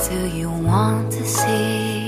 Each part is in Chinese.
do you want to see?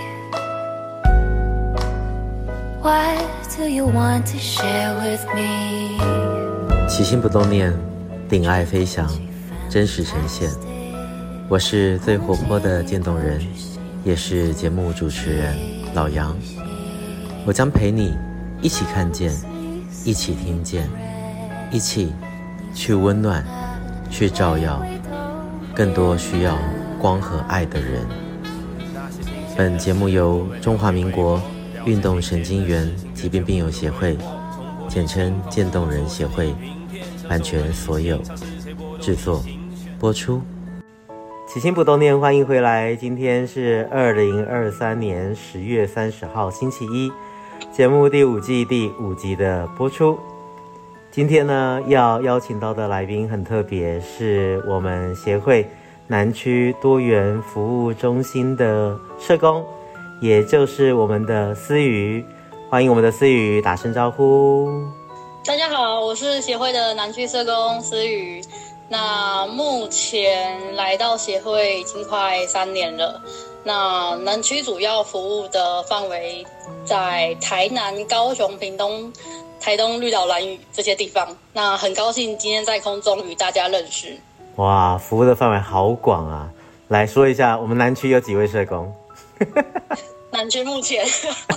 What do you want to share with me? 起心不动念，顶爱飞翔，真实呈现。我是最活泼的渐冻人，也是节目主持人老杨。我将陪你一起看见，一起听见，一起去温暖，去照耀更多需要光和爱的人。本节目由中华民国运动神经元疾病病友协会，简称渐冻人协会，版权所有，制作播出。起心不动念，欢迎回来。今天是2023年10月30号星期一，节目第5季第5集的播出。今天呢，要邀请到的来宾很特别，是我们协会南区多元服务中心的社工，也就是我们的思雨。欢迎我们的思雨，打声招呼。 大家好，我是协会的南区社工思雨。那目前来到协会已经快3年了。那南区主要服务的范围在台南、高雄、屏东、台东、绿岛、兰屿这些地方。那很高兴今天在空中与大家认识。 哇，服务的范围好广啊！来说一下，我们南区有几位社工？ 南区目前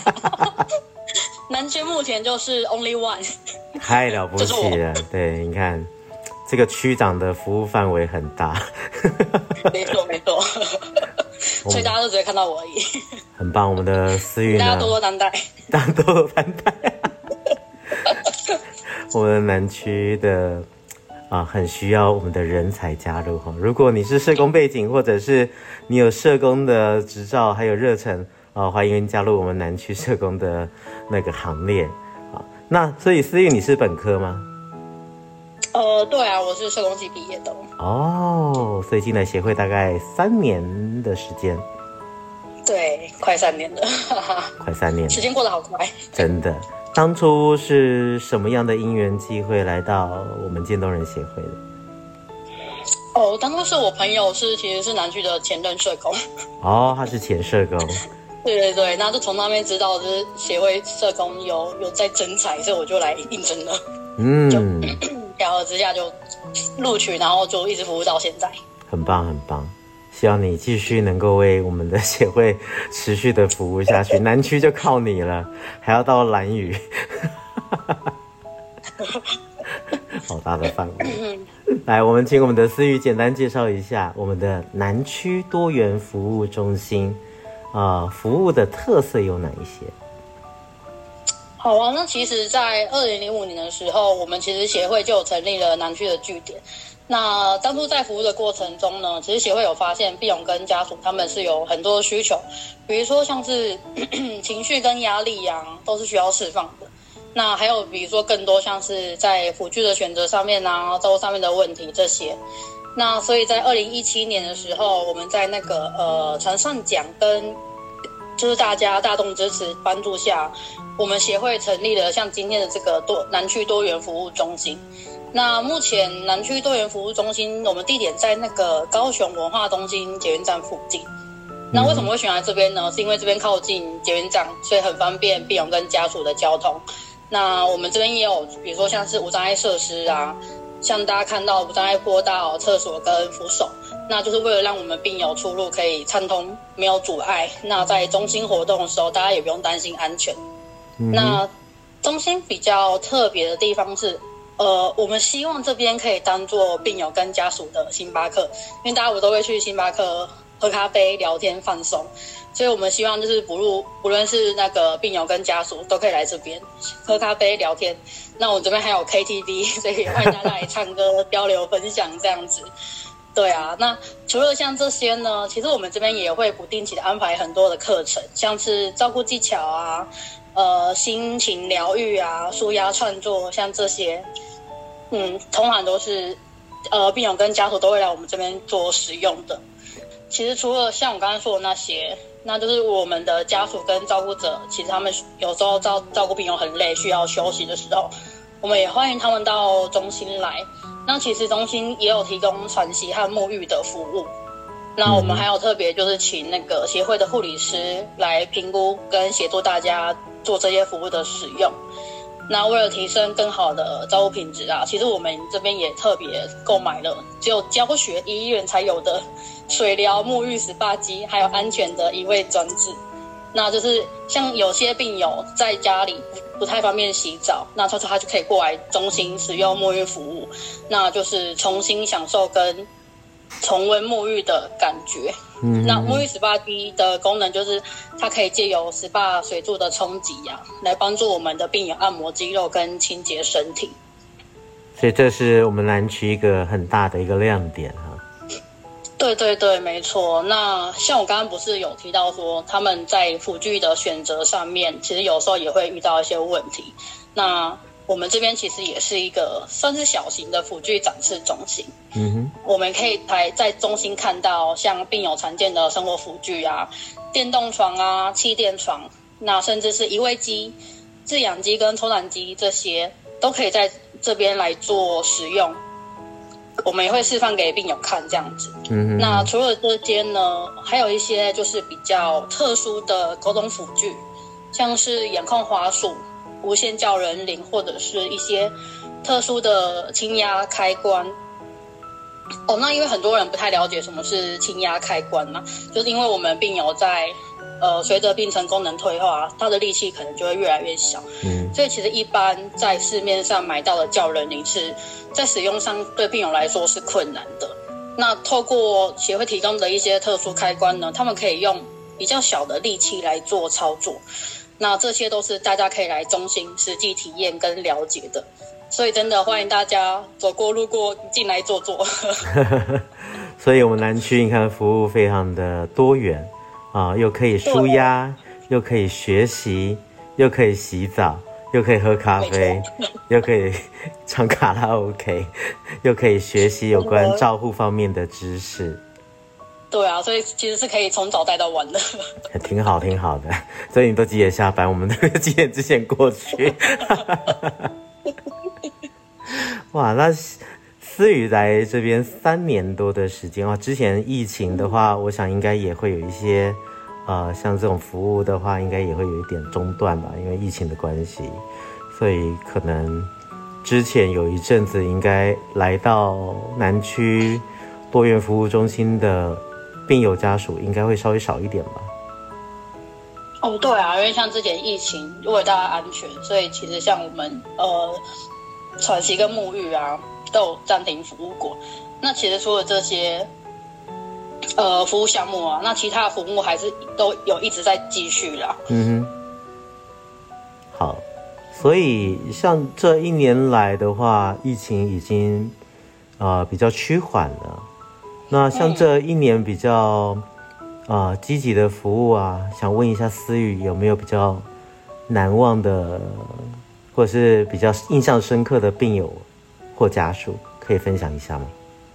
南区目前就是 only one， 太了不起了。对，你看这个区长的服务范围很大。 没错没错，所以大家都只会看到我而已。 很棒，我们的思雨呢， 大家多多担待， 大家多多担待。我们南区的很需要我们的人才加入。如果你是社工背景，或者是你有社工的执照还有热忱，欢迎加入我们南区社工的那个行列。那所以思雨你是本科吗？ 对啊，我是社工系毕业的。 哦，所以进来协会大概3年的时间。对， 快3年了。 快3年了， 时间过得好快。 真的。当初是什么样的因缘际会来到我们渐冻人协会的？ 当初是我朋友其实是南区的前任社工。 他是前社工。 对，那就从那边知道就是协会社工有在征才，所以我就来应征了。就调和之下就录取，然后就一直服务到现在。很棒很棒， 希望你继续能够为我们的协会持续的服务下去。南区就靠你了，还要到兰屿。好大的范围。来，我们请我们的思雨简单介绍一下我们的南区多元服务中心服务的特色有哪一些？ 好啊，那其实在2005年的时候，我们其实协会就有成立了南区的据点。那当初在服务的过程中呢，其实协会有发现病友跟家属他们是有很多的需求，比如说像是情绪跟压力都是需要释放的。那还有比如说更多像是在辅具的选择上面照顾上面的问题这些。那所以在2017年的时候，我们在那个传上奖跟就是大家大众支持帮助下，我们协会成立了像今天的这个南区多元服务中心。那目前南区多元服务中心，我们地点在那个高雄文化中心捷运站附近。那为什么会选在这边呢？是因为这边靠近捷运站，所以很方便病友跟家属的交通。那我们这边也有比如说像是无障碍设施像大家看到无障碍坡道、厕所跟扶手，那就是为了让我们病友出入可以畅通，没有阻碍。那在中心活动的时候，大家也不用担心安全。那中心比较特别的地方是，我们希望这边可以当做病友跟家属的星巴克，因为大家都会去星巴克喝咖啡、聊天、放松，所以我们希望就是不论是那个病友跟家属都可以来这边喝咖啡、聊天。那我这边还有 KTV， 所以欢迎大家来唱歌、交流、分享这样子。对啊，那除了像这些呢，其实我们这边也会不定期的安排很多的课程，像是照顾技巧心情疗愈抒压创作，像这些通常都是病友跟家属都会来我们这边做使用的。其实除了像我刚刚说的那些，那就是我们的家属跟照顾者，其实他们有时候照顾病友很累，需要休息的时候，我们也欢迎他们到中心来。那其实中心也有提供喘息和沐浴的服务。 那我们还有特别就是请那个协会的护理师来评估跟协助大家做这些服务的使用。那为了提升更好的照护品质啊，其实我们这边也特别购买了只有教学医院才有的水疗、沐浴、SPA机，还有安全的移位装置。那就是像有些病友在家里不太方便洗澡，那他就可以过来中心使用沐浴服务，那就是重新享受跟重温沐浴的感觉。那沐浴 SPA 机的功能就是它可以借由 SPA 水柱的冲击来帮助我们的病友按摩肌肉跟清洁身体。 所以这是我们南区一个很大的一个亮点哈。 对对对，没错。那像我刚刚不是有提到说他们在辅具的选择上面其实有时候也会遇到一些问题，那我们这边其实也是一个算是小型的辅具展示中心。我们可以在中心看到像病友常见的生活辅具啊，电动床啊、气垫床，那甚至是移位机、制氧机跟抽痰机，这些都可以在这边来做使用。我们也会示范给病友看这样子。那除了这些呢，还有一些就是比较特殊的沟通辅具，像是眼控滑鼠、无线叫人铃，或者是一些特殊的轻压开关。那因为很多人不太了解什么是轻压开关嘛，就是因为我们病友在随着病程功能退化，他的力气可能就会越来越小。所以其实一般在市面上买到的叫人铃是在使用上对病友来说是困难的。那透过协会提供的一些特殊开关呢，他们可以用比较小的力气来做操作。那这些都是大家可以来中心实际体验跟了解的。所以真的欢迎大家走过路过进来坐坐。 所以我们南区你看服务非常的多元啊，又可以舒压，又可以学习，又可以洗澡，又可以喝咖啡，又可以唱卡拉 OK， 又可以学习有关照护方面的知识。 对啊，所以其实是可以从早带到晚的。 挺好挺好的，所以你都几点下班？我们都几点之前过去。哇，那思雨来这边3年多的时间，之前疫情的话，我想应该也会有一些像这种服务的话，应该也会有一点中断吧，因为疫情的关系，所以可能之前有一阵子应该来到南区多元服务中心的病友家属应该会稍微少一点吧。 对啊，因为像之前疫情为了大家安全，所以其实像我们喘息跟沐浴啊都有暂停服务过。那其实除了这些服务项目啊，那其他的服务还是都有一直在继续啦。 好，所以像这1年来的话，疫情已经比较趋缓了。那像这1年比较积极的服务啊，想问一下思雨有没有比较难忘的，或者是比较印象深刻的病友或家属，可以分享一下吗？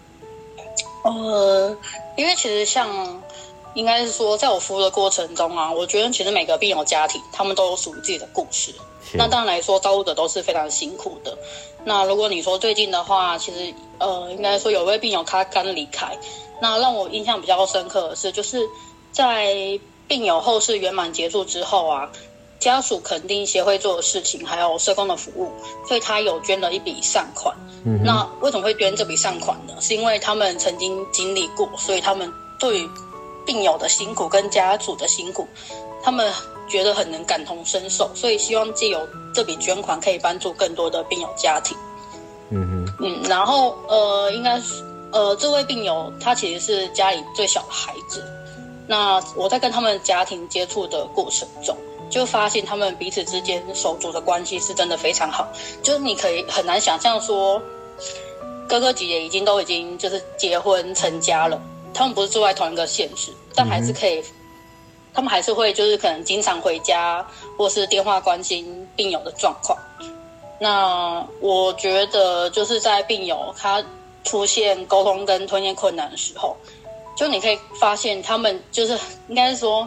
因为其实像应该是说，在我服务的过程中啊，我觉得其实每个病友家庭他们都有属于自己的故事。那当然来说，照顾者都是非常辛苦的。那如果你说最近的话，其实应该说有一位病友他刚离开，那让我印象比较深刻的是，就是在病友后事圆满结束之后啊，家属肯定协会做的事情，还有社工的服务，所以他有捐了一笔善款。那为什么会捐这笔善款呢？是因为他们曾经经历过，所以他们对于病友的辛苦跟家属的辛苦，他们觉得很能感同身受，所以希望借由这笔捐款可以帮助更多的病友家庭。然后应该是这位病友他其实是家里最小的孩子。那我在跟他们家庭接触的过程中，就发现他们彼此之间手足的关系是真的非常好，就是你可以很难想象说哥哥姐姐已经就是结婚成家了，他们不是住在同一个县市，但还是可以，他们还是会就是可能经常回家，或是电话关心病友的状况。那我觉得就是在病友他出现沟通跟吞咽困难的时候，就你可以发现他们就是应该是说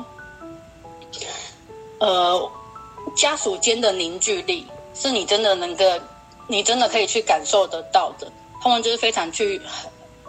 家属间的凝聚力是你真的可以去感受得到的。他们就是非常去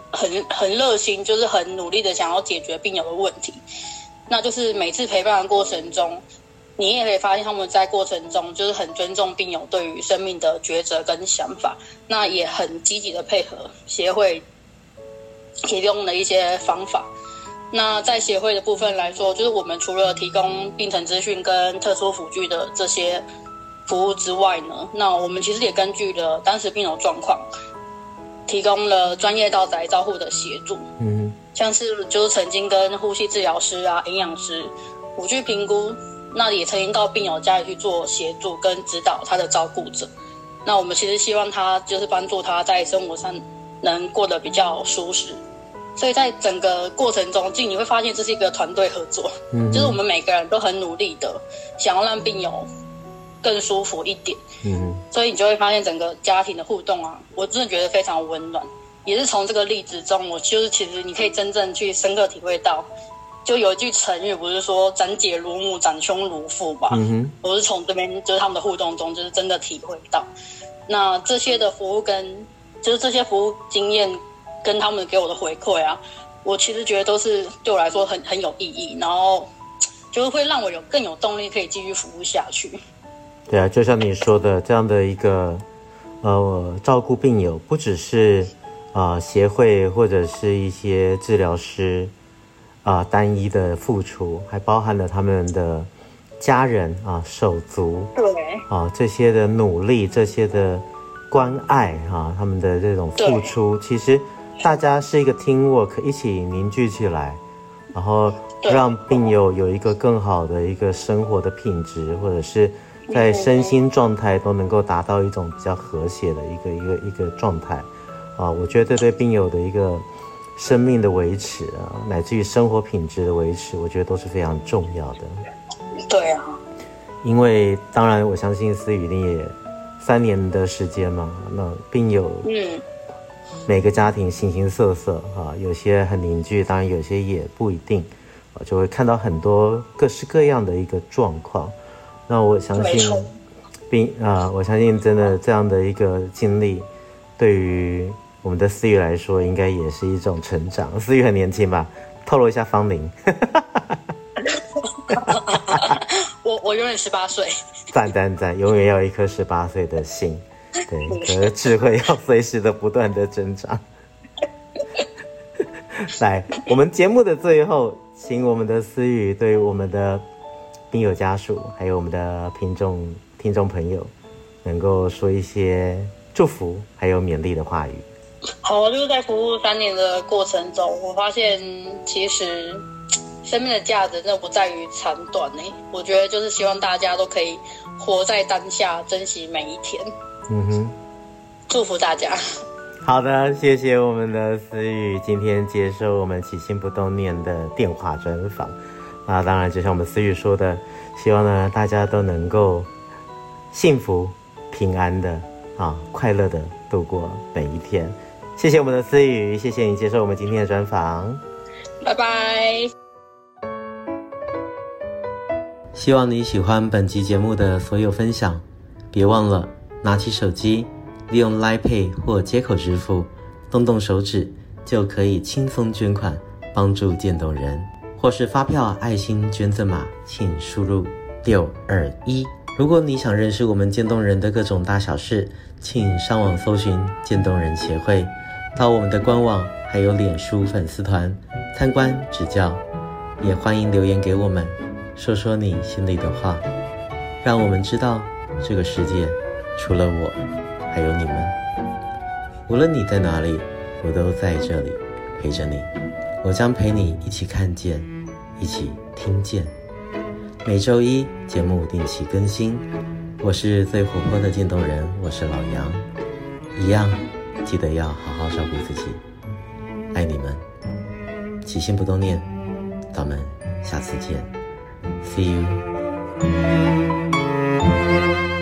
很热心，就是很努力的想要解决病友的问题。那就是每次陪伴的过程中，你也可以发现他们在过程中就是很尊重病友对于生命的抉择跟想法，那也很积极的配合协会提供的一些方法。那在协会的部分来说，就是我们除了提供病程资讯跟特殊辅具的这些服务之外呢，那我们其实也根据了当时病友状况，提供了专业到宅照护的协助。像是就是曾经跟呼吸治疗师啊、营养师辅具评估，那也曾经到病友家里去做协助跟指导他的照顾者。那我们其实希望他就是帮助他在生活上能过得比较舒适。所以在整个过程中，你会发现这是一个团队合作，就是我们每个人都很努力的想要让病友更舒服一点。所以你就会发现整个家庭的互动啊，我真的觉得非常温暖。也是从这个例子中，我就是其实你可以真正去深刻体会到，就有一句成语不是说斩解如母，斩凶如父吧？我是从这边就是他们的互动中，就是真的体会到，那这些的服务跟就是这些服务经验跟他们给我的回馈啊，我其实觉得都是对我来说很有意义，然后就是会让我更有动力可以继续服务下去。 对啊，就像你说的，这样的一个照顾病友，不只是协会或者是一些治疗师单一的付出，还包含了他们的家人手足， 对这些的努力，这些的关爱他们的这种付出，其实大家是一个 teamwork， 一起凝聚起来，然后让病友有一个更好的一个生活的品质，或者是在身心状态都能够达到一种比较和谐的一个状态我觉得对病友的一个生命的维持乃至于生活品质的维持，我觉得都是非常重要的。 对啊， 因为当然我相信思雨你也3年的时间嘛，那病友每个家庭形形色色有些很凝聚，当然有些也不一定就会看到很多各式各样的一个状况。那我相信我相信真的这样的一个经历对于我们的思雨来说应该也是一种成长。思雨很年轻吧？透露一下芳龄。 我永远18岁。 赞，永远要有一颗18岁的心。对，这个智慧要随时的不断的增长。来，我们节目的最后，请我们的思雨对我们的病友家属还有我们的听众朋友能够说一些祝福还有勉励的话语。 好，就是在服务3年的过程中，我发现其实生命的价值真的不在于长短我觉得就是希望大家都可以活在当下，珍惜每一天。祝福大家。 好的，谢谢我们的思雨今天接受我们起心不动念的电话专访。那当然就像我们思雨说的，希望呢大家都能够幸福平安的快乐的度过每一天。谢谢我们的思雨，谢谢你接受我们今天的专访， 拜拜。 希望你喜欢本集节目的所有分享，别忘了拿起手机，利用 LINE Pay 或接口支付，动动手指就可以轻松捐款，帮助渐冻人，或是发票爱心捐赠码，请输入621。如果你想认识我们渐冻人的各种大小事，请上网搜寻渐冻人协会，到我们的官网还有脸书粉丝团参观指教，也欢迎留言给我们，说说你心里的话，让我们知道这个世界除了我还有你们。无论你在哪里，我都在这里陪着你，我将陪你一起看见，一起听见。每周一节目定期更新，我是最活泼的渐冻人，我是老杨，一样记得要好好照顾自己，爱你们，起心不动念，咱们下次见， See you。